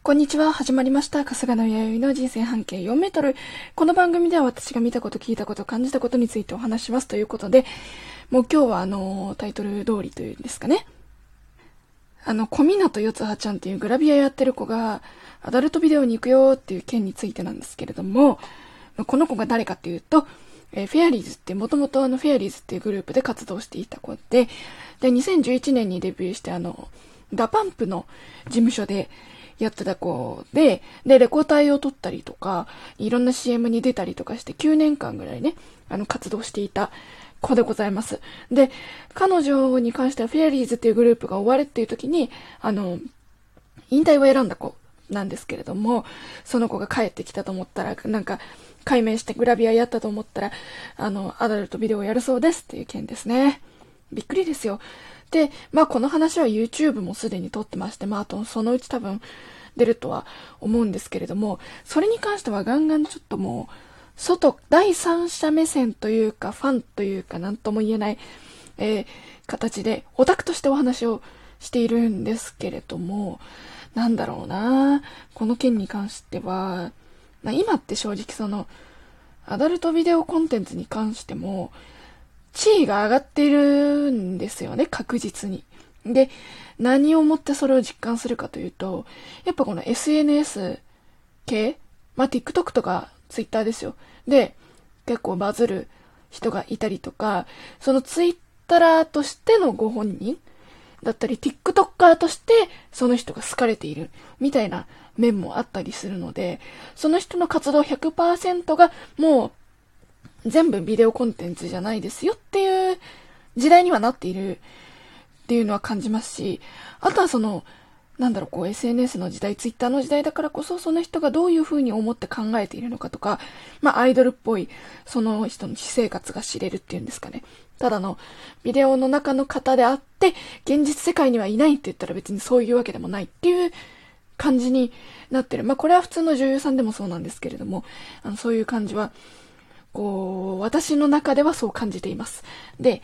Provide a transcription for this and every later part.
こんにちは。始まりました。春日の弥生の人生半径4メートル。この番組では私が見たこと、聞いたこと、感じたことについてお話しますということで、もう今日はタイトル通りというんですかね。小湊よつはちゃんっていうグラビアやってる子が、アダルトビデオに行くよっていう件についてなんですけれども、この子が誰かっていうと、フェアリーズってもともとフェアリーズっていうグループで活動していた子で、2011年にデビューしてダパンプの事務所でやってた子で、レコ大を取ったりとか、いろんな CM に出たりとかして9年間ぐらいね、活動していた子でございます。で、彼女に関してはフェアリーズっていうグループが終わるっていう時に、引退を選んだ子なんですけれども、その子が帰ってきたと思ったら、改名してグラビアやったと思ったら、アダルトビデオをやるそうですっていう件ですね。びっくりですよ。で、この話は YouTube もすでに撮ってまして、あとそのうち多分出るとは思うんですけれども、それに関してはガンガンちょっともう、第三者目線というか、ファンというか、なんとも言えない、形で、オタクとしてお話をしているんですけれども、なんだろうな、この件に関しては、今って正直アダルトビデオコンテンツに関しても、地位が上がっているんですよね、確実に。で、何をもってそれを実感するかというと、やっぱこの SNS 系、TikTok とか Twitter ですよ。で、結構バズる人がいたりとか、その Twitter としてのご本人だったり、TikToker としてその人が好かれているみたいな面もあったりするので、その人の活動 100% がもう全部ビデオコンテンツじゃないですよっていう時代にはなっているっていうのは感じますし、あとはSNS の時代、Twitter の時代だからこそ、その人がどういう風に思って考えているのかとか、アイドルっぽい、その人の私生活が知れるっていうんですかね。ただのビデオの中の方であって、現実世界にはいないって言ったら別にそういうわけでもないっていう感じになってる。これは普通の女優さんでもそうなんですけれども、そういう感じは、私の中ではそう感じています。で、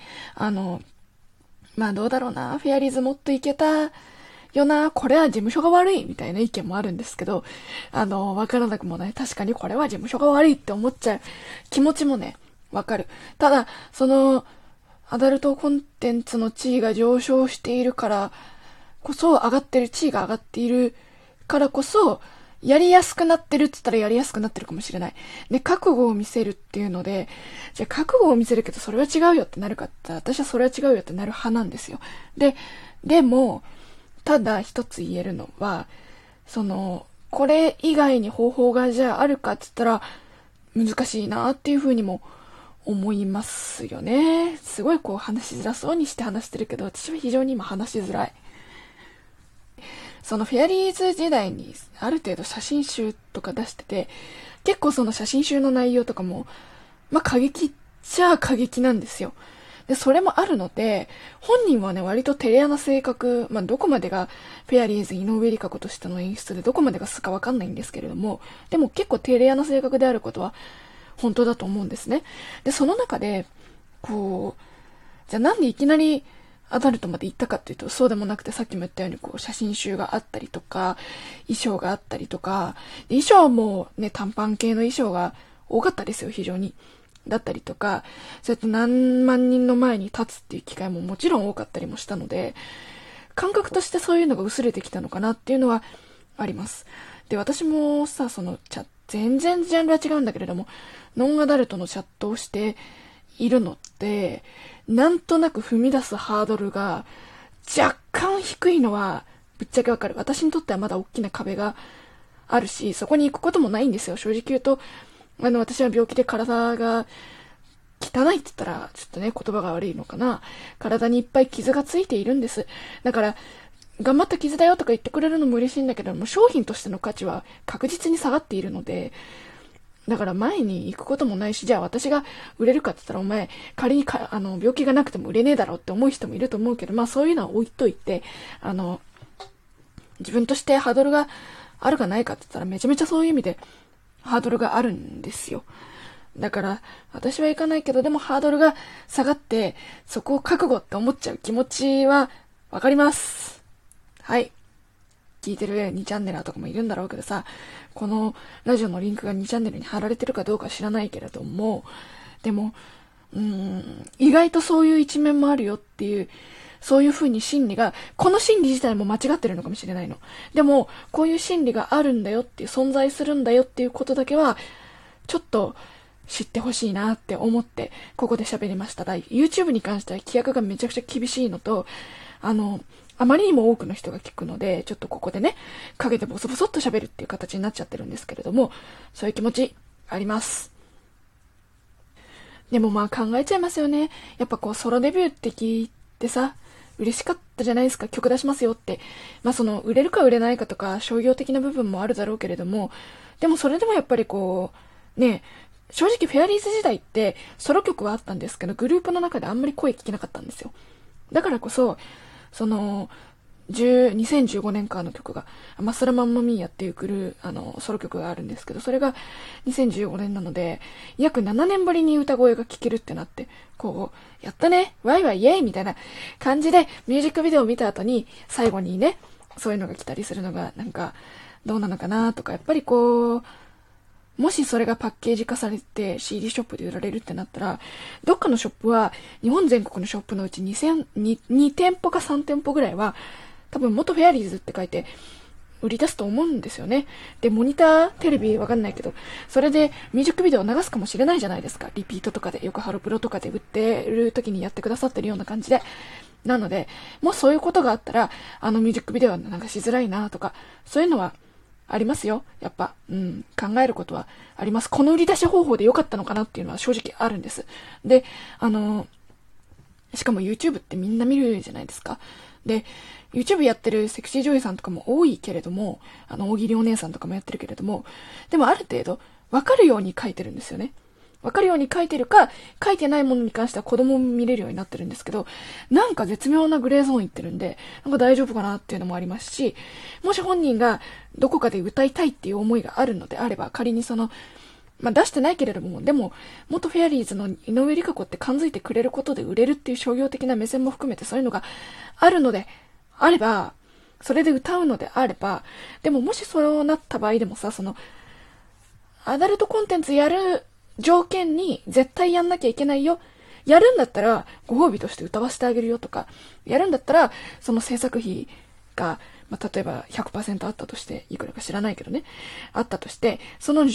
どうだろうな、フェアリーズもっといけたよな、これは事務所が悪いみたいな意見もあるんですけど、わからなくもない。確かにこれは事務所が悪いって思っちゃう気持ちもね、わかる。ただ、アダルトコンテンツの地位が上昇しているからこそ、地位が上がっているからこそ、やりやすくなってるって言ったらやりやすくなってるかもしれない。で、覚悟を見せるっていうので、じゃあ覚悟を見せるけどそれは違うよってなるかって言ったら、私はそれは違うよってなる派なんですよ。でも、ただ一つ言えるのは、これ以外に方法がじゃああるかって言ったら、難しいなっていうふうにも思いますよね。すごい話しづらそうにして話してるけど、私は非常に今話しづらい。そのフェアリーズ時代にある程度写真集とか出してて、結構その写真集の内容とかも、過激っちゃ過激なんですよ。で、それもあるので、本人はね、割と照れ屋な性格、どこまでがフェアリーズ井上梨花子としての演出でどこまでが素かわかんないんですけれども、でも結構照れ屋な性格であることは本当だと思うんですね。で、その中で、じゃあなんでいきなりアダルトまで行ったかっていうと、そうでもなくて、さっきも言ったように写真集があったりとか、衣装があったりとか、衣装もね、短パン系の衣装が多かったですよ、非常に。だったりとか、そうやって何万人の前に立つっていう機会ももちろん多かったりもしたので、感覚としてそういうのが薄れてきたのかなっていうのはあります。で、私もさ、全然ジャンルは違うんだけれども、ノンアダルトのチャットをしているのって、なんとなく踏み出すハードルが若干低いのはぶっちゃけわかる。私にとってはまだ大きな壁があるし、そこに行くこともないんですよ。正直言うと、私は病気で体が汚いって言ったら、ちょっとね、言葉が悪いのかな。体にいっぱい傷がついているんです。だから、頑張った傷だよとか言ってくれるのも嬉しいんだけども、商品としての価値は確実に下がっているので、だから前に行くこともないし、じゃあ私が売れるかって言ったら、お前、仮に病気がなくても売れねえだろうって思う人もいると思うけど、そういうのは置いといて、自分としてハードルがあるかないかって言ったら、めちゃめちゃそういう意味で、ハードルがあるんですよ。だから、私は行かないけど、でもハードルが下がって、そこを覚悟って思っちゃう気持ちはわかります。はい。 聞いてる2チャンネラーとかもいるんだろうけどさ、このラジオのリンクが2チャンネルに貼られてるかどうか知らないけれども、でも、意外とそういう一面もあるよっていう、そういう風に心理が、この心理自体も間違ってるのかもしれないの。でも、こういう心理があるんだよっていう、存在するんだよっていうことだけは、ちょっと知ってほしいなって思って、ここで喋りました。YouTube に関しては規約がめちゃくちゃ厳しいのと、あまりにも多くの人が聞くので、ちょっとここでね、陰でボソボソっと喋るっていう形になっちゃってるんですけれども、そういう気持ちあります。でもまあ考えちゃいますよね。やっぱこうソロデビューって聞いてさ、嬉しかったじゃないですか、曲出しますよって。まあその売れるか売れないかとか商業的な部分もあるだろうけれども、でもそれでもやっぱりこう、ね、正直フェアリーズ時代ってソロ曲はあったんですけど、グループの中であんまり声聞けなかったんですよ。だからこそ、その、2015年間の曲が、マスラマンマミーヤっていうソロ曲があるんですけど、それが2015年なので、約7年ぶりに歌声が聴けるってなって、こう、やったね、ワイワイイエイみたいな感じで、ミュージックビデオを見た後に、最後にね、そういうのが来たりするのが、なんか、どうなのかなとか、やっぱりこう、もしそれがパッケージ化されて CD ショップで売られるってなったら、どっかのショップは、日本全国のショップのうち2店舗か3店舗ぐらいは、多分元フェアリーズって書いて、売り出すと思うんですよね。で、モニター、テレビわかんないけど、それでミュージックビデオを流すかもしれないじゃないですか。リピートとかで、よくハロプロとかで売ってる時にやってくださってるような感じで。なので、もしそういうことがあったら、ミュージックビデオはなんかしづらいなとか、そういうのは、ありますよ。やっぱ、考えることはあります。この売り出し方法で良かったのかなっていうのは正直あるんです。で、しかも YouTube ってみんな見るじゃないですか。で、YouTube やってるセクシー女優さんとかも多いけれども、大喜利お姉さんとかもやってるけれども、でもある程度、わかるように書いてるんですよね。わかるように書いてるか、書いてないものに関しては子供も見れるようになってるんですけど、なんか絶妙なグレーゾーンいってるんで、なんか大丈夫かなっていうのもありますし、もし本人がどこかで歌いたいっていう思いがあるのであれば、仮に出してないけれども、でも、元フェアリーズの井上梨花子って感づいてくれることで売れるっていう商業的な目線も含めてそういうのがあるのであれば、それで歌うのであれば、でももしそうなった場合でもさ、アダルトコンテンツやる条件に絶対やんなきゃいけないよ。やるんだったらご褒美として歌わせてあげるよとか、やるんだったらその制作費が、例えば 100% あったとして、いくらか知らないけどね、あったとして、その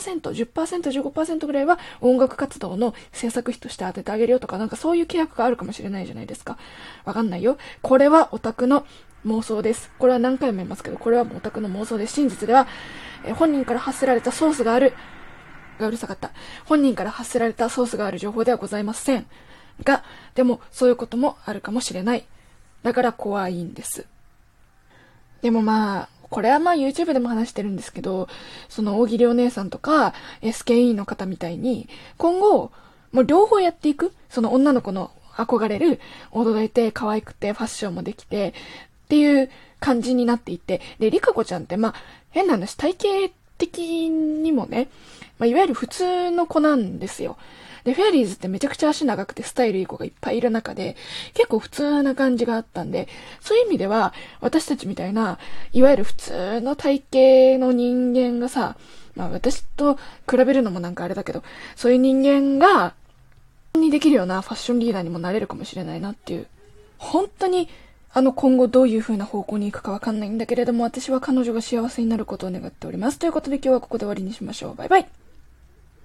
15%、10%、15% ぐらいは音楽活動の制作費として当ててあげるよとか、なんかそういう契約があるかもしれないじゃないですか。わかんないよ。これはオタクの妄想です。これは何回も言いますけど、これはオタクの妄想です。真実では、本人から発せられたソースがある。がうるさかった。本人から発せられたソースがある情報ではございません。が、でもそういうこともあるかもしれない。だから怖いんです。でもこれはYouTube でも話してるんですけど、その大喜利お姉さんとか SKE の方みたいに、今後、もう両方やっていく。その女の子の憧れる、踊れて可愛くてファッションもできて、っていう感じになっていて、で、リカ子ちゃんって変な話、体型的にもね、いわゆる普通の子なんですよ。で、フェアリーズってめちゃくちゃ足長くてスタイルいい子がいっぱいいる中で、結構普通な感じがあったんで、そういう意味では、私たちみたいな、いわゆる普通の体型の人間がさ、私と比べるのもなんかあれだけど、そういう人間が、にできるようなファッションリーダーにもなれるかもしれないなっていう。本当に、今後どういう風な方向に行くかわかんないんだけれども、私は彼女が幸せになることを願っております。ということで今日はここで終わりにしましょう。バイバイ。